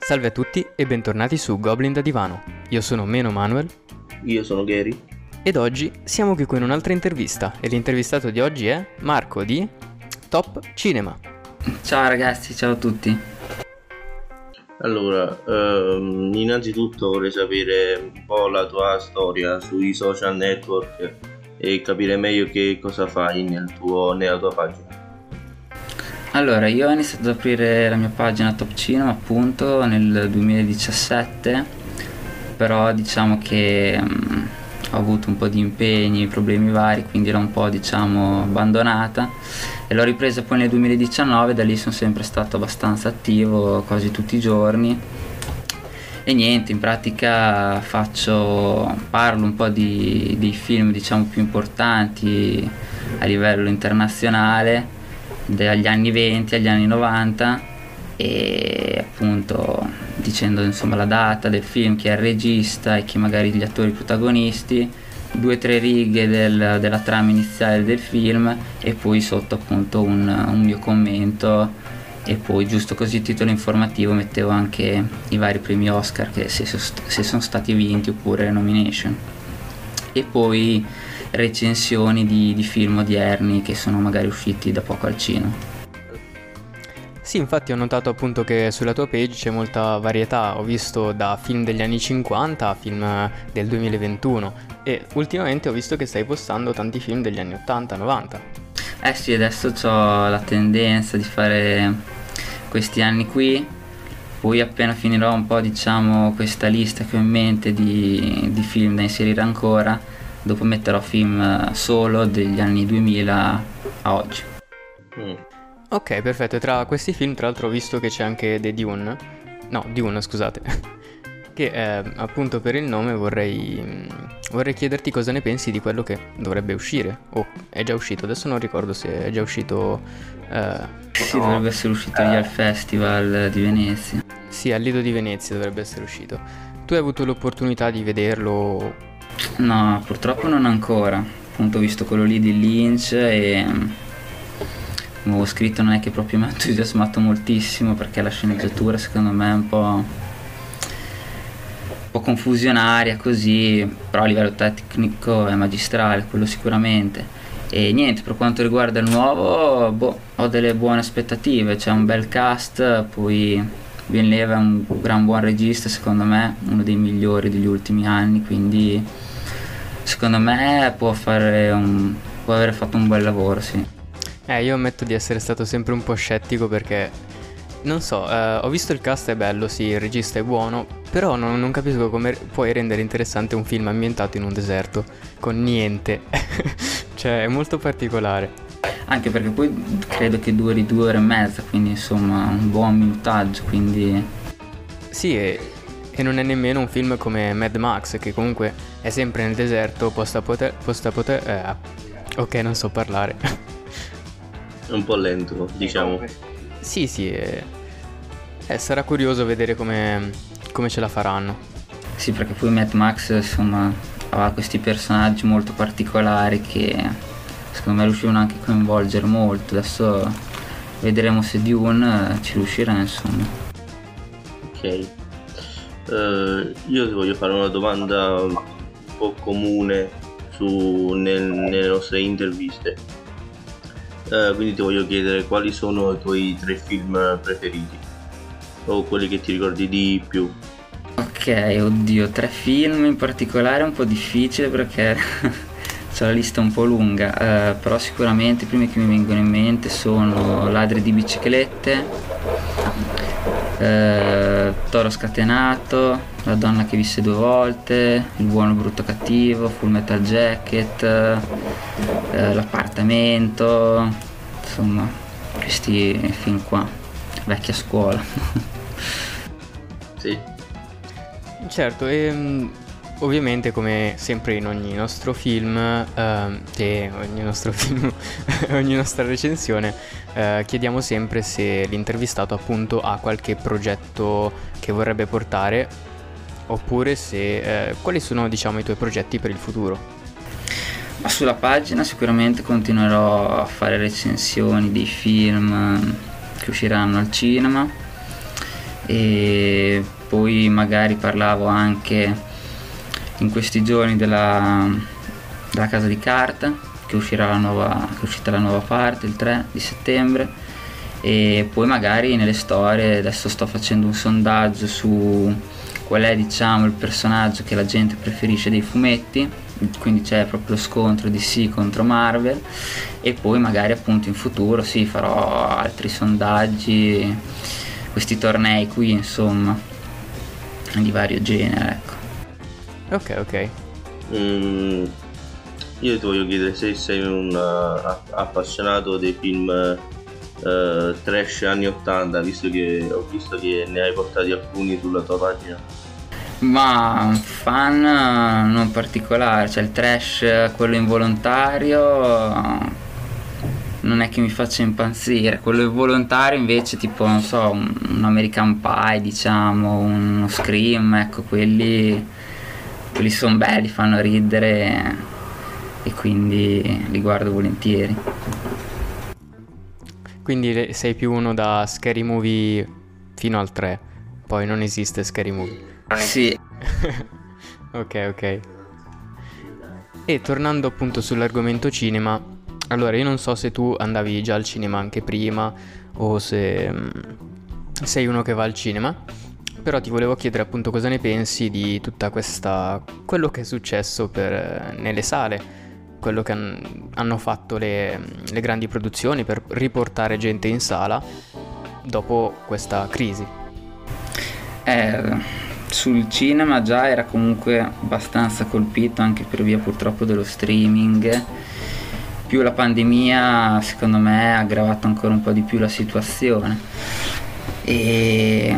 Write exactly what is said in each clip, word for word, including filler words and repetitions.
Salve a tutti e bentornati su Goblin da Divano. Io sono Meno Manuel. Io sono Gary. Ed oggi siamo qui con un'altra intervista. E l'intervistato di oggi è Marco di Top Cinema. Ciao ragazzi, ciao a tutti. Allora, ehm, innanzitutto vorrei sapere un po' la tua storia sui social network e capire meglio che cosa fai nel tuo, nella tua pagina. Allora, io ho iniziato ad aprire la mia pagina Top Cinema appunto nel duemiladiciassette, però diciamo che um, ho avuto un po' di impegni, problemi vari, quindi l'ho un po' diciamo abbandonata e l'ho ripresa poi nel duemiladiciannove. Da lì sono sempre stato abbastanza attivo, quasi tutti i giorni, e niente, in pratica faccio, parlo un po' di, dei film diciamo più importanti a livello internazionale dagli anni venti agli anni novanta, e appunto dicendo insomma la data del film, chi è il regista e chi magari gli attori protagonisti, due o tre righe del, della trama iniziale del film e poi sotto appunto un, un mio commento, e poi giusto così titolo informativo mettevo anche i vari premi Oscar, che se, se sono stati vinti oppure nomination, e poi recensioni di, di film odierni che sono magari usciti da poco al cinema. Sì, infatti ho notato appunto che sulla tua page c'è molta varietà. Ho visto da film degli anni cinquanta a film del duemilaventuno e ultimamente ho visto che stai postando tanti film degli anni ottanta novanta. Eh sì, adesso ho la tendenza di fare questi anni qui, poi appena finirò un po' diciamo questa lista che ho in mente di, di film da inserire ancora, dopo metterò film solo degli anni duemila a oggi. Mm. Ok, perfetto. E tra questi film tra l'altro ho visto che c'è anche The Dune. No, Dune, scusate. Che eh, appunto per il nome vorrei vorrei chiederti cosa ne pensi di quello che dovrebbe uscire. O è già uscito, adesso non ricordo se è già uscito. eh, Sì, no. dovrebbe essere uscito lì al Festival di Venezia. Sì, al Lido di Venezia dovrebbe essere uscito. Tu hai avuto l'opportunità di vederlo? No, purtroppo non ancora. Appunto ho visto quello lì di Lynch e come avevo scritto non è che proprio mi ha entusiasmato moltissimo, perché la sceneggiatura secondo me è un po' un po' confusionaria così, però a livello tecnico è magistrale, quello sicuramente. E niente, per quanto riguarda il nuovo, boh, ho delle buone aspettative, c'è un bel cast, poi Villeneuve è un gran buon regista, secondo me uno dei migliori degli ultimi anni, quindi secondo me può fare un, può aver fatto un bel lavoro, sì. Eh, io ammetto di essere stato sempre un po' scettico perché, non so, eh, ho visto il cast, è bello, sì, il regista è buono, però non, non capisco come puoi rendere interessante un film ambientato in un deserto, con niente. Cioè, è molto particolare. Anche perché poi credo che duri due ore e mezza, quindi insomma un buon minutaggio, quindi... Sì, e, e non è nemmeno un film come Mad Max, che comunque è sempre nel deserto, posta poter... Posta poter eh, ok, non so parlare. È un po' lento, diciamo. Sì, sì, eh, eh, sarà curioso vedere come, come ce la faranno. Sì, perché poi Mad Max insomma aveva questi personaggi molto particolari che secondo me riuscivano anche a coinvolgere molto. Adesso vedremo se Dune ci riuscirà, insomma. Ok. Uh, io ti voglio fare una domanda un po' comune su, nel, nelle nostre interviste. Uh, quindi ti voglio chiedere quali sono i tuoi tre film preferiti o quelli che ti ricordi di più. Ok, oddio, tre film in particolare è un po' difficile perché c'è la lista un po' lunga, uh, però sicuramente i primi che mi vengono in mente sono Ladri di biciclette, uh, Toro scatenato, La donna che visse due volte, Il buono, il brutto, cattivo, Full Metal Jacket, uh, L'appartamento, insomma questi film qua, vecchia scuola. Sì. Certo, e mh, ovviamente come sempre in ogni nostro film, ehm, e ogni nostro film, ogni nostra recensione, eh, chiediamo sempre se l'intervistato appunto ha qualche progetto che vorrebbe portare, oppure se, eh, quali sono diciamo i tuoi progetti per il futuro. Ma sulla pagina sicuramente continuerò a fare recensioni dei film che usciranno al cinema, E poi magari parlavo anche in questi giorni della, della Casa di Carta, che uscirà la nuova, che è uscita la nuova parte il tre di settembre. E poi magari nelle storie adesso sto facendo un sondaggio su qual è, diciamo, il personaggio che la gente preferisce dei fumetti, quindi c'è proprio lo scontro D C contro Marvel. E poi magari appunto in futuro sì, farò altri sondaggi, questi tornei qui insomma di vario genere, ecco. Ok, ok. Mm, io ti voglio chiedere se sei un uh, appassionato dei film Uh, trash anni ottanta, visto che ho visto che ne hai portati alcuni sulla tua pagina. Ma un fan non particolare, cioè il trash, quello involontario, non è che mi faccia impazzire. Quello involontario invece, tipo, non so, un, un American Pie, diciamo, uno Scream, ecco, quelli, quelli sono belli, fanno ridere e quindi li guardo volentieri. Quindi sei più uno da Scary Movie fino al tre, poi non esiste Scary Movie. Sì. Ok, ok. E tornando appunto sull'argomento cinema, allora io non so se tu andavi già al cinema anche prima o se mm, sei uno che va al cinema, però ti volevo chiedere appunto cosa ne pensi di tutta questa, quello che è successo per, nelle sale, quello che han, hanno fatto le, le grandi produzioni per riportare gente in sala dopo questa crisi. Eh, sul cinema già era comunque abbastanza colpito, anche per via purtroppo dello streaming, più la pandemia secondo me ha aggravato ancora un po' di più la situazione. E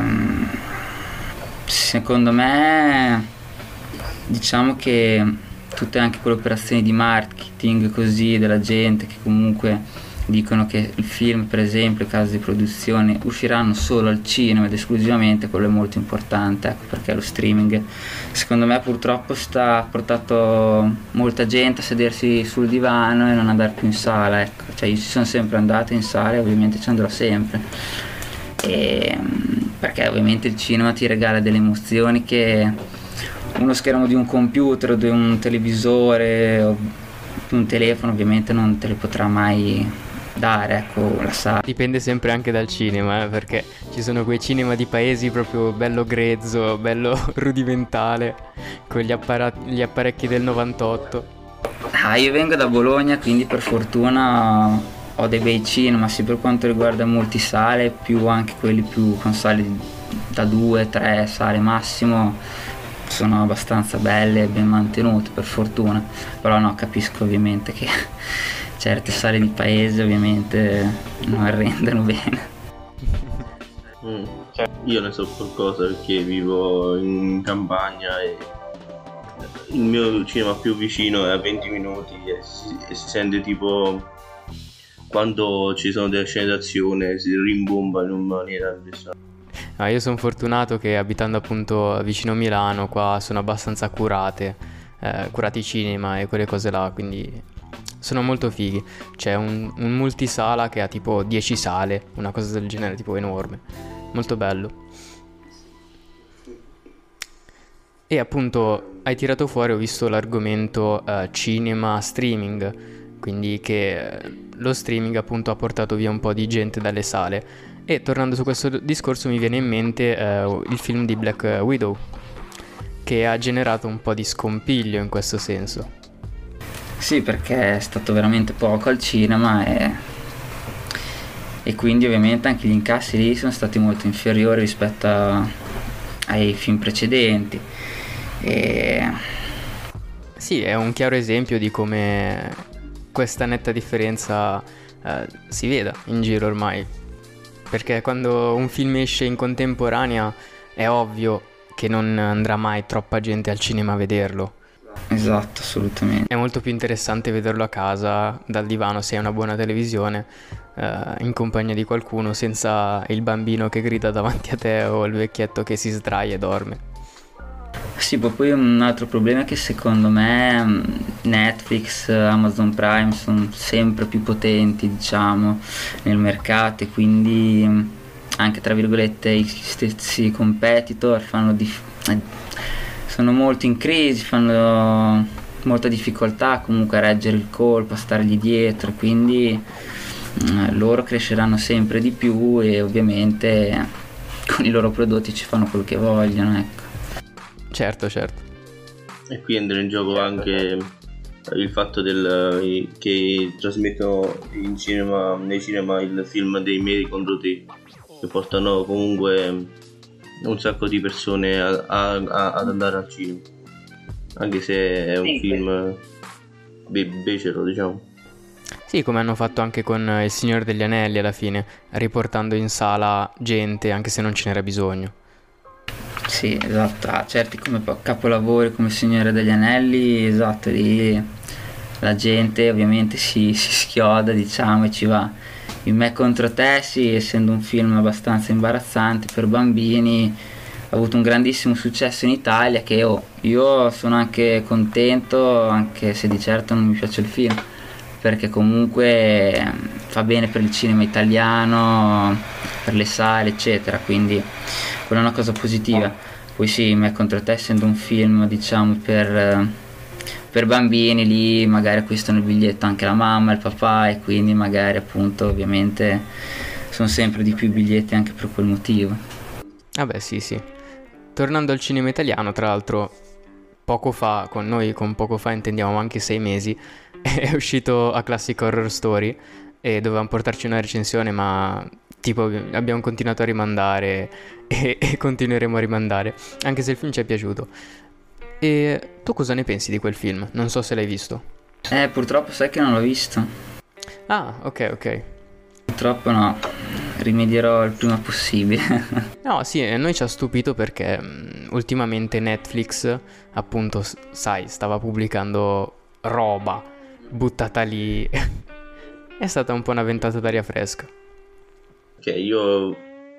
secondo me diciamo che tutte anche quelle operazioni di marketing così della gente che comunque dicono che il film, per esempio, in caso di produzione, usciranno solo al cinema ed esclusivamente, quello è molto importante, ecco, perché lo streaming secondo me purtroppo sta ha portato molta gente a sedersi sul divano e non andare più in sala, ecco. Cioè io ci sono sempre andato in sala e ovviamente ci andrò sempre, e, perché ovviamente il cinema ti regala delle emozioni che uno schermo di un computer o di un televisore o di un telefono ovviamente non te le potrà mai dare, ecco, la sala. Dipende sempre anche dal cinema, eh, perché ci sono quei cinema di paesi proprio bello grezzo, bello rudimentale, con gli, appara- gli apparecchi del novantotto. Ah, io vengo da Bologna, quindi per fortuna ho dei bei cinema, sia per quanto riguarda multisale, più anche quelli più con sale da due, tre sale massimo, sono abbastanza belle e ben mantenute per fortuna. Però no, capisco ovviamente che certe sale di paese ovviamente non arrendono bene. Mm. Io ne so qualcosa perché vivo in campagna e il mio cinema più vicino è a venti minuti e si, e si sente tipo quando ci sono delle scene d'azione, si rimbomba in una maniera impressionante. No, io sono fortunato che abitando appunto vicino Milano qua sono abbastanza curate, eh, curati i cinema e quelle cose là, quindi sono molto fighi. C'è un, un multisala che ha tipo dieci sale, una cosa del genere, tipo enorme, molto bello. E appunto hai tirato fuori, ho visto l'argomento eh, cinema streaming, quindi che eh, lo streaming appunto ha portato via un po' di gente dalle sale. E tornando su questo discorso mi viene in mente eh, il film di Black Widow, che ha generato un po' di scompiglio in questo senso. Sì, perché è stato veramente poco al cinema e, e quindi ovviamente anche gli incassi lì sono stati molto inferiori rispetto a, ai film precedenti. E... Sì, è un chiaro esempio di come questa netta differenza eh, si veda in giro ormai. Perché quando un film esce in contemporanea è ovvio che non andrà mai troppa gente al cinema a vederlo. Esatto, assolutamente. È molto più interessante vederlo a casa, dal divano, se hai una buona televisione, eh, in compagnia di qualcuno, senza il bambino che grida davanti a te o il vecchietto che si sdraia e dorme. Sì, poi un altro problema è che secondo me Netflix, Amazon Prime sono sempre più potenti, diciamo, nel mercato, e quindi anche tra virgolette i stessi competitor fanno dif- sono molto in crisi, fanno molta difficoltà comunque a reggere il colpo, a stargli dietro, quindi eh, loro cresceranno sempre di più e ovviamente con i loro prodotti ci fanno quello che vogliono, ecco. Certo, certo. E qui entra in gioco anche il fatto del, che trasmettono in cinema, nei cinema il film dei miei contro te, che portano comunque un sacco di persone a, a, a, ad andare al cinema, anche se è un sì, film be- becero, diciamo. Sì, come hanno fatto anche con Il Signore degli Anelli alla fine, riportando in sala gente anche se non ce n'era bisogno. Sì, esatto, ah, certi come capolavori come Il Signore degli Anelli, esatto, lì la gente ovviamente si, si schioda, diciamo, e ci va. In Me contro te, sì, essendo un film abbastanza imbarazzante per bambini, ha avuto un grandissimo successo in Italia, che oh, io sono anche contento, anche se di certo non mi piace il film, perché comunque fa bene per il cinema italiano, per le sale, eccetera, quindi quella è una cosa positiva. Poi sì, Me contro te, essendo un film, diciamo, per, per bambini, lì magari acquistano il biglietto anche la mamma, il papà, e quindi magari appunto ovviamente sono sempre di più biglietti anche per quel motivo. Vabbè, sì, sì. Tornando al cinema italiano, tra l'altro, poco fa, con noi con poco fa intendiamo anche sei mesi, è uscito A Classic Horror Story e dovevamo portarci una recensione, ma tipo abbiamo continuato a rimandare e, e continueremo a rimandare, anche se il film ci è piaciuto. E tu cosa ne pensi di quel film? Non so se l'hai visto. Eh, purtroppo sai che non l'ho visto. Ah, ok, ok. Purtroppo no, rimedierò il prima possibile. No, sì, a noi ci ha stupito perché mh, ultimamente Netflix, appunto, s- sai, stava pubblicando roba buttata lì. È stata un po' una ventata d'aria fresca. Ok, io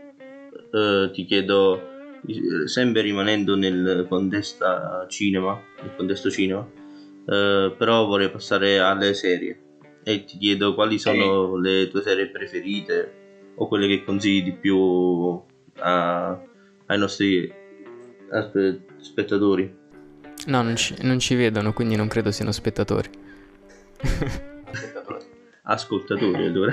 eh, ti chiedo, eh, sempre rimanendo nel contesto cinema, nel contesto cinema, eh, però vorrei passare alle serie e ti chiedo quali sono le tue serie preferite o quelle che consigli di più a, ai nostri aspe- spettatori. No, non ci, non ci vedono, quindi non credo siano spettatori. Ascoltatori allora.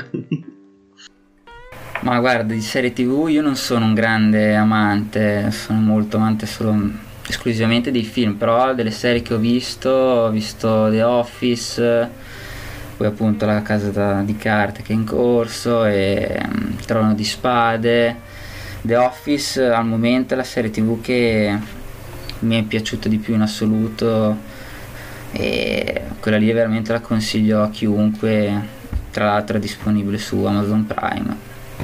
Ma guarda, di serie tv io non sono un grande amante, sono molto amante solo esclusivamente dei film, però delle serie che ho visto, ho visto The Office, poi appunto La Casa da, di Carte che è in corso, e um, Il Trono di Spade. The Office al momento è la serie tv che mi è piaciuta di più in assoluto, e quella lì veramente la consiglio a chiunque, tra l'altro è disponibile su Amazon Prime.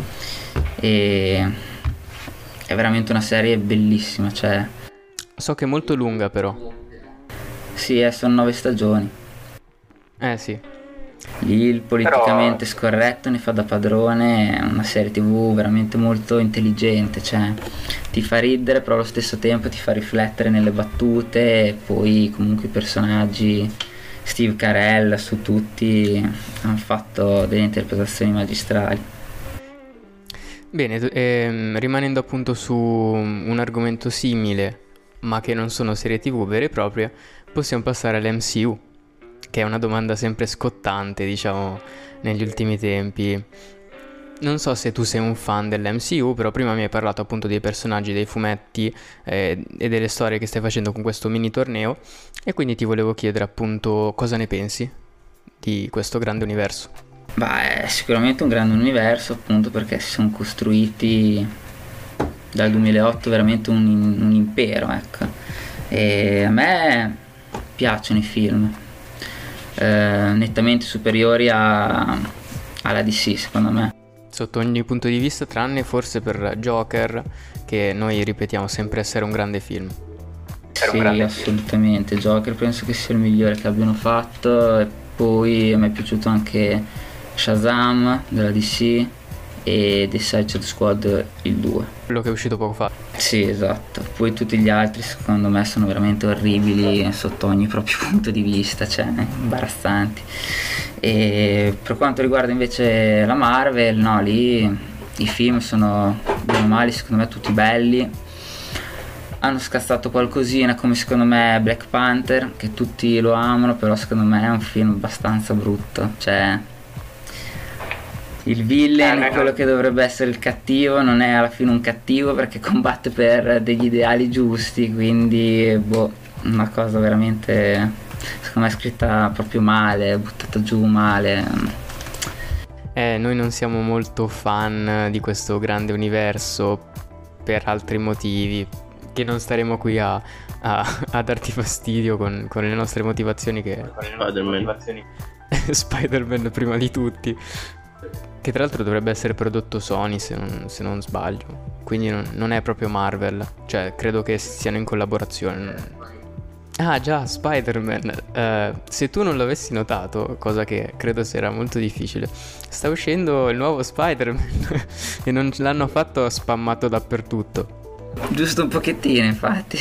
E è veramente una serie bellissima, cioè So che è molto lunga però. sì, eh, sono nove stagioni. Eh sì. Lì il politicamente scorretto ne fa da padrone, è una serie tv veramente molto intelligente, cioè ti fa ridere però allo stesso tempo ti fa riflettere nelle battute, e poi comunque i personaggi, Steve Carell su tutti, hanno fatto delle interpretazioni magistrali. Bene, tu- ehm, rimanendo appunto su un argomento simile, ma che non sono serie tv vere e proprie, possiamo passare all'M C U, che è una domanda sempre scottante, diciamo, negli ultimi tempi. Non so se tu sei un fan dell'M C U, però prima mi hai parlato appunto dei personaggi, dei fumetti eh, e delle storie che stai facendo con questo mini torneo, e quindi ti volevo chiedere appunto cosa ne pensi di questo grande universo. Beh, è sicuramente un grande universo, appunto perché si sono costruiti dal duemilaotto veramente un, un impero, ecco. E a me piacciono i film, eh, nettamente superiori a, alla D C, secondo me. Sotto ogni punto di vista, tranne forse per Joker, che noi ripetiamo sempre essere un grande film. Sì, assolutamente. Joker penso che sia il migliore che abbiano fatto, e poi a me è piaciuto anche Shazam della D C e The Suicide Squad il due. Quello che è uscito poco fa. Sì, esatto. Poi tutti gli altri secondo me sono veramente orribili sotto ogni proprio punto di vista, cioè imbarazzanti. E per quanto riguarda invece la Marvel, no, lì i film sono bene o male secondo me tutti belli. Hanno scassato qualcosina come secondo me Black Panther, che tutti lo amano, però secondo me è un film abbastanza brutto. Cioè il villain, quello che dovrebbe essere il cattivo, non è alla fine un cattivo perché combatte per degli ideali giusti, quindi boh, una cosa veramente secondo me è scritta proprio male, buttata giù male. Eh, noi non siamo molto fan di questo grande universo per altri motivi, che non staremo qui a, a, a darti fastidio con, con le nostre motivazioni che... Spider-Man. Spider-Man prima di tutti. Che tra l'altro dovrebbe essere prodotto Sony se non, se non sbaglio. Quindi non, non è proprio Marvel. Cioè credo che siano in collaborazione. Ah già, Spider-Man. uh, Se tu non l'avessi notato, cosa che credo sarà molto difficile, sta uscendo il nuovo Spider-Man e non l'hanno fatto spammato dappertutto. Giusto un pochettino infatti.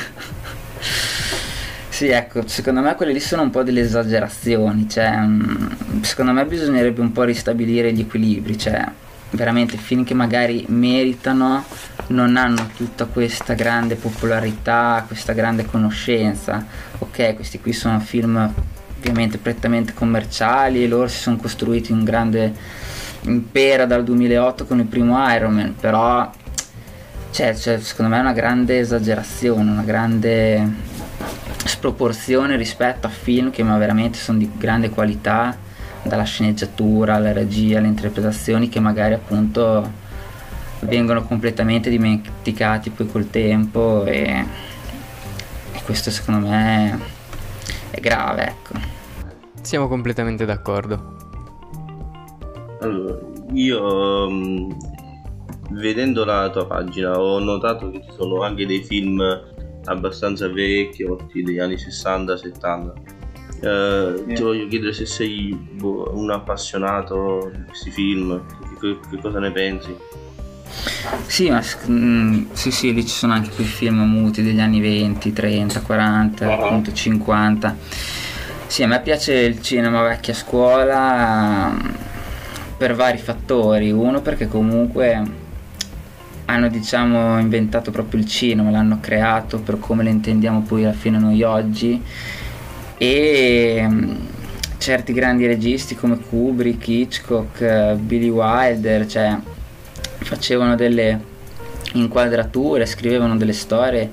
Sì, ecco, secondo me quelle lì sono un po' delle esagerazioni. Cioè, mh, secondo me bisognerebbe un po' ristabilire gli equilibri. Cioè, veramente film che magari meritano non hanno tutta questa grande popolarità, questa grande conoscenza. Ok, questi qui sono film ovviamente prettamente commerciali e loro si sono costruiti un grande impero dal duemilaotto con il primo Iron Man, però cioè, cioè, secondo me è una grande esagerazione, una grande sproporzione rispetto a film che ma veramente sono di grande qualità, dalla sceneggiatura alla regia, alle interpretazioni, che magari appunto vengono completamente dimenticati poi col tempo, e, e questo secondo me è grave, ecco. Siamo completamente d'accordo. Allora, io um, vedendo la tua pagina ho notato che ci sono anche dei film abbastanza vecchiotti degli anni sessanta settanta. Uh, ti voglio chiedere se sei boh, un appassionato di questi film, che, che cosa ne pensi? Sì, ma mm, sì, sì, lì ci sono anche quei film muti degli anni venti, trenta, quaranta, uh-huh. appunto cinquanta. Sì, a me piace il cinema vecchia scuola per vari fattori. Uno, perché comunque hanno, diciamo, inventato proprio il cinema, l'hanno creato per come lo intendiamo poi alla fine noi oggi, e um, certi grandi registi come Kubrick, Hitchcock, uh, Billy Wilder, cioè facevano delle inquadrature, scrivevano delle storie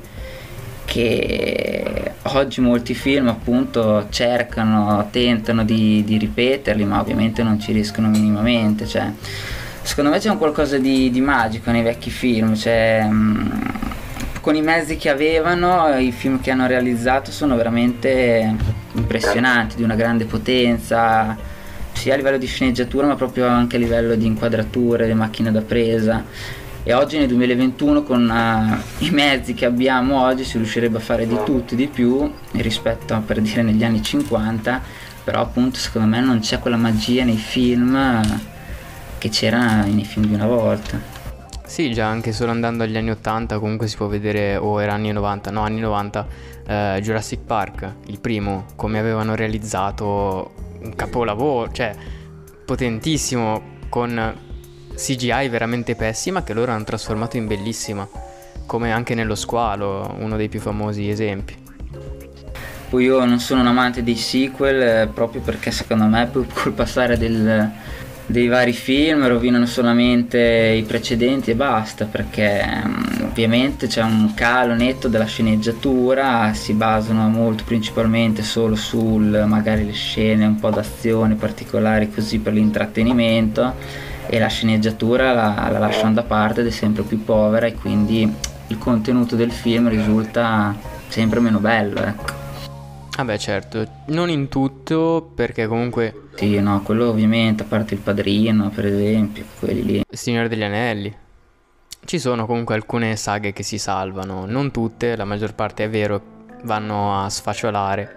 che oggi molti film appunto cercano, tentano di, di ripeterli, ma ovviamente non ci riescono minimamente. Cioè, secondo me c'è un qualcosa di, di magico nei vecchi film, cioè, mh, con i mezzi che avevano, i film che hanno realizzato sono veramente impressionanti, di una grande potenza, sia a livello di sceneggiatura ma proprio anche a livello di inquadrature, le macchine da presa. E oggi nel duemilaventuno con uh, i mezzi che abbiamo oggi si riuscirebbe a fare di tutto e di più rispetto a, per dire, negli anni cinquanta, però appunto secondo me non c'è quella magia nei film uh, che c'era nei film di una volta. Sì, già anche solo andando agli anni ottanta comunque si può vedere, o era anni novanta, no anni novanta, eh, Jurassic Park, il primo, come avevano realizzato un capolavoro, cioè potentissimo, con C G I veramente pessima che loro hanno trasformato in bellissima, come anche nello Squalo, uno dei più famosi esempi. Poi io non sono un amante dei sequel eh, proprio perché secondo me col passare del, dei vari film rovinano solamente i precedenti e basta, perché um, ovviamente c'è un calo netto della sceneggiatura, si basano molto principalmente solo sul magari le scene un po' d'azione particolari così per l'intrattenimento, e la sceneggiatura la, la lasciano da parte ed è sempre più povera, e quindi il contenuto del film risulta sempre meno bello, ecco. Vabbè, certo, non in tutto, perché comunque sì, no, quello ovviamente, a parte Il Padrino per esempio, quelli lì. Il Signore degli Anelli, ci sono comunque alcune saghe che si salvano, non tutte, la maggior parte è vero, vanno a sfacciolare.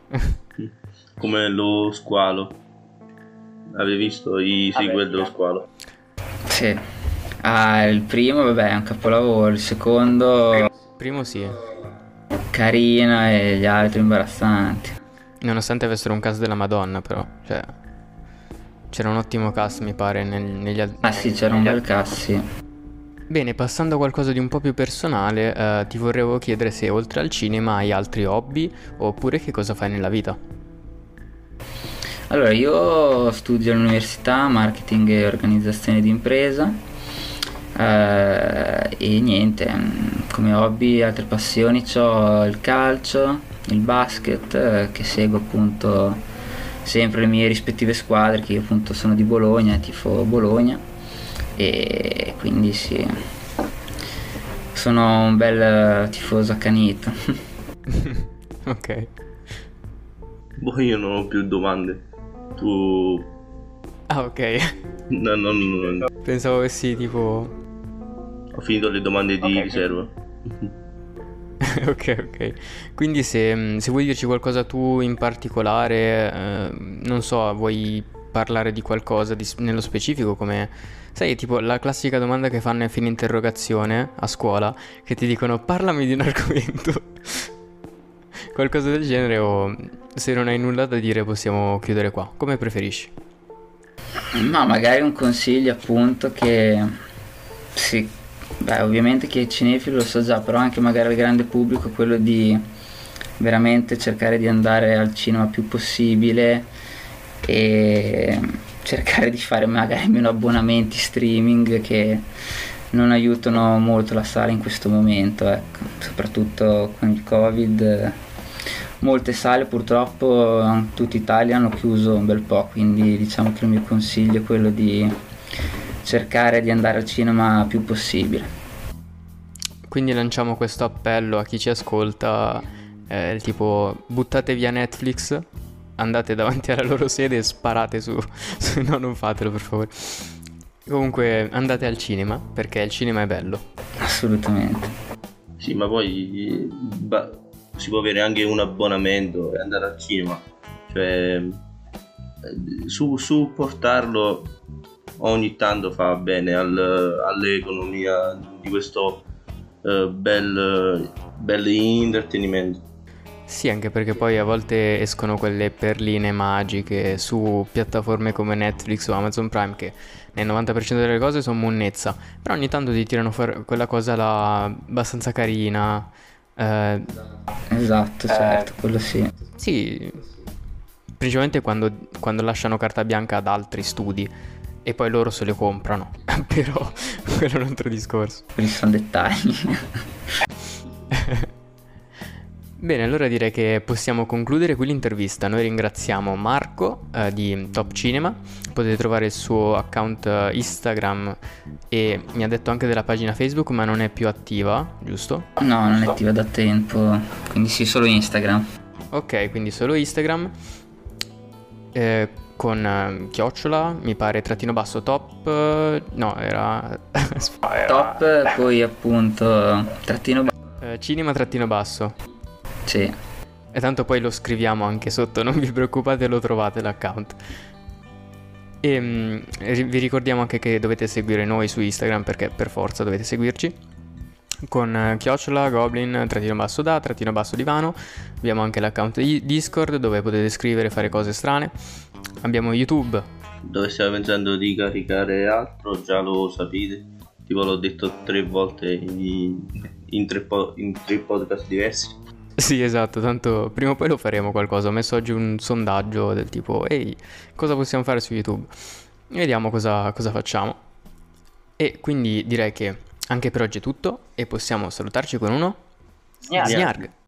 Come lo Squalo. Avevi visto i sequel dello Squalo? Sì. Ah, il primo vabbè è un capolavoro, il secondo il primo sì, carino, e gli altri imbarazzanti. nonostante avessero un caso della Madonna, però, cioè C'era un ottimo cast, mi pare, nel- negli altri... Ah sì, c'era un bel cast, sì. Bene, passando a qualcosa di un po' più personale, eh, ti vorrevo chiedere se oltre al cinema hai altri hobby oppure che cosa fai nella vita. Allora, io studio all'università marketing e organizzazione di impresa, eh, e niente, mm, come hobby, altre passioni ho il calcio, il basket, eh, che seguo appunto sempre le mie rispettive squadre, che io appunto sono di Bologna, tifo Bologna, e quindi sì, sono un bel eh, tifoso accanito. Ok. Boh, io non ho più domande. Tu... Ah, ok. No, no, no, no. Pensavo avessi tipo... Ho finito le domande di riserva. Ok, ok. Quindi se, mm, se vuoi dirci qualcosa tu in particolare, eh, non so, vuoi parlare di qualcosa di s- nello specifico, come... Sai, tipo la classica domanda che fanno a fine interrogazione a scuola, che ti dicono parlami di un argomento. Qualcosa del genere, o se non hai nulla da dire possiamo chiudere qua, come preferisci. Ma magari un consiglio appunto che sì, beh, ovviamente chi è cinefilo lo so già, però anche magari al grande pubblico quello di veramente cercare di andare al cinema più possibile e cercare di fare magari meno abbonamenti streaming che non aiutano molto la sala in questo momento, ecco, soprattutto con il Covid. Molte sale purtroppo in tutta Italia hanno chiuso un bel po', quindi diciamo che il mio consiglio è quello di cercare di andare al cinema più possibile. Quindi lanciamo questo appello a chi ci ascolta, eh, tipo buttate via Netflix, andate davanti alla loro sede e sparate su, su- no, non fatelo per favore. Comunque andate al cinema perché il cinema è bello. Assolutamente. Sì, ma poi ba- si può avere anche un abbonamento e andare al cinema. Cioè, eh, su, supportarlo ogni tanto fa bene al- all'economia di questo eh, bel, bel intrattenimento. Sì, anche perché poi a volte escono quelle perline magiche su piattaforme come Netflix o Amazon Prime che nel novanta per cento delle cose sono monnezza, però ogni tanto ti tirano fuori quella cosa là abbastanza carina. Eh, Esatto, certo, quello sì. sì, principalmente quando, quando lasciano carta bianca ad altri studi e poi loro se le comprano, però quello è un altro discorso. Quelli sono dettagli. Bene, allora direi che possiamo concludere qui l'intervista. Noi ringraziamo Marco eh, di Top Cinema. Potete trovare il suo account eh, Instagram e mi ha detto anche della pagina Facebook, ma non è più attiva, giusto? No, non è attiva da tempo, quindi sì, solo Instagram. Ok, quindi solo Instagram eh, con eh, chiocciola, mi pare trattino basso top, eh, no, era, Top, poi appunto trattino ba- eh, cinema trattino basso. sì. E tanto poi lo scriviamo anche sotto, non vi preoccupate, lo trovate l'account. E mm, ri- vi ricordiamo anche che dovete seguire noi su Instagram perché per forza dovete seguirci. Con eh, chiocciola, goblin, trattino basso da, trattino basso divano. Abbiamo anche l'account di Discord dove potete scrivere e fare cose strane. Abbiamo YouTube. Dove stiamo pensando di caricare altro, già lo sapete. Tipo l'ho detto tre volte in, in tre, po- in tre podcast diversi. Sì, esatto, tanto prima o poi lo faremo qualcosa. Ho messo oggi un sondaggio del tipo, ehi, cosa possiamo fare su YouTube? E vediamo cosa, cosa facciamo. E quindi direi che anche per oggi è tutto e possiamo salutarci con uno Gnarg. Gnarg.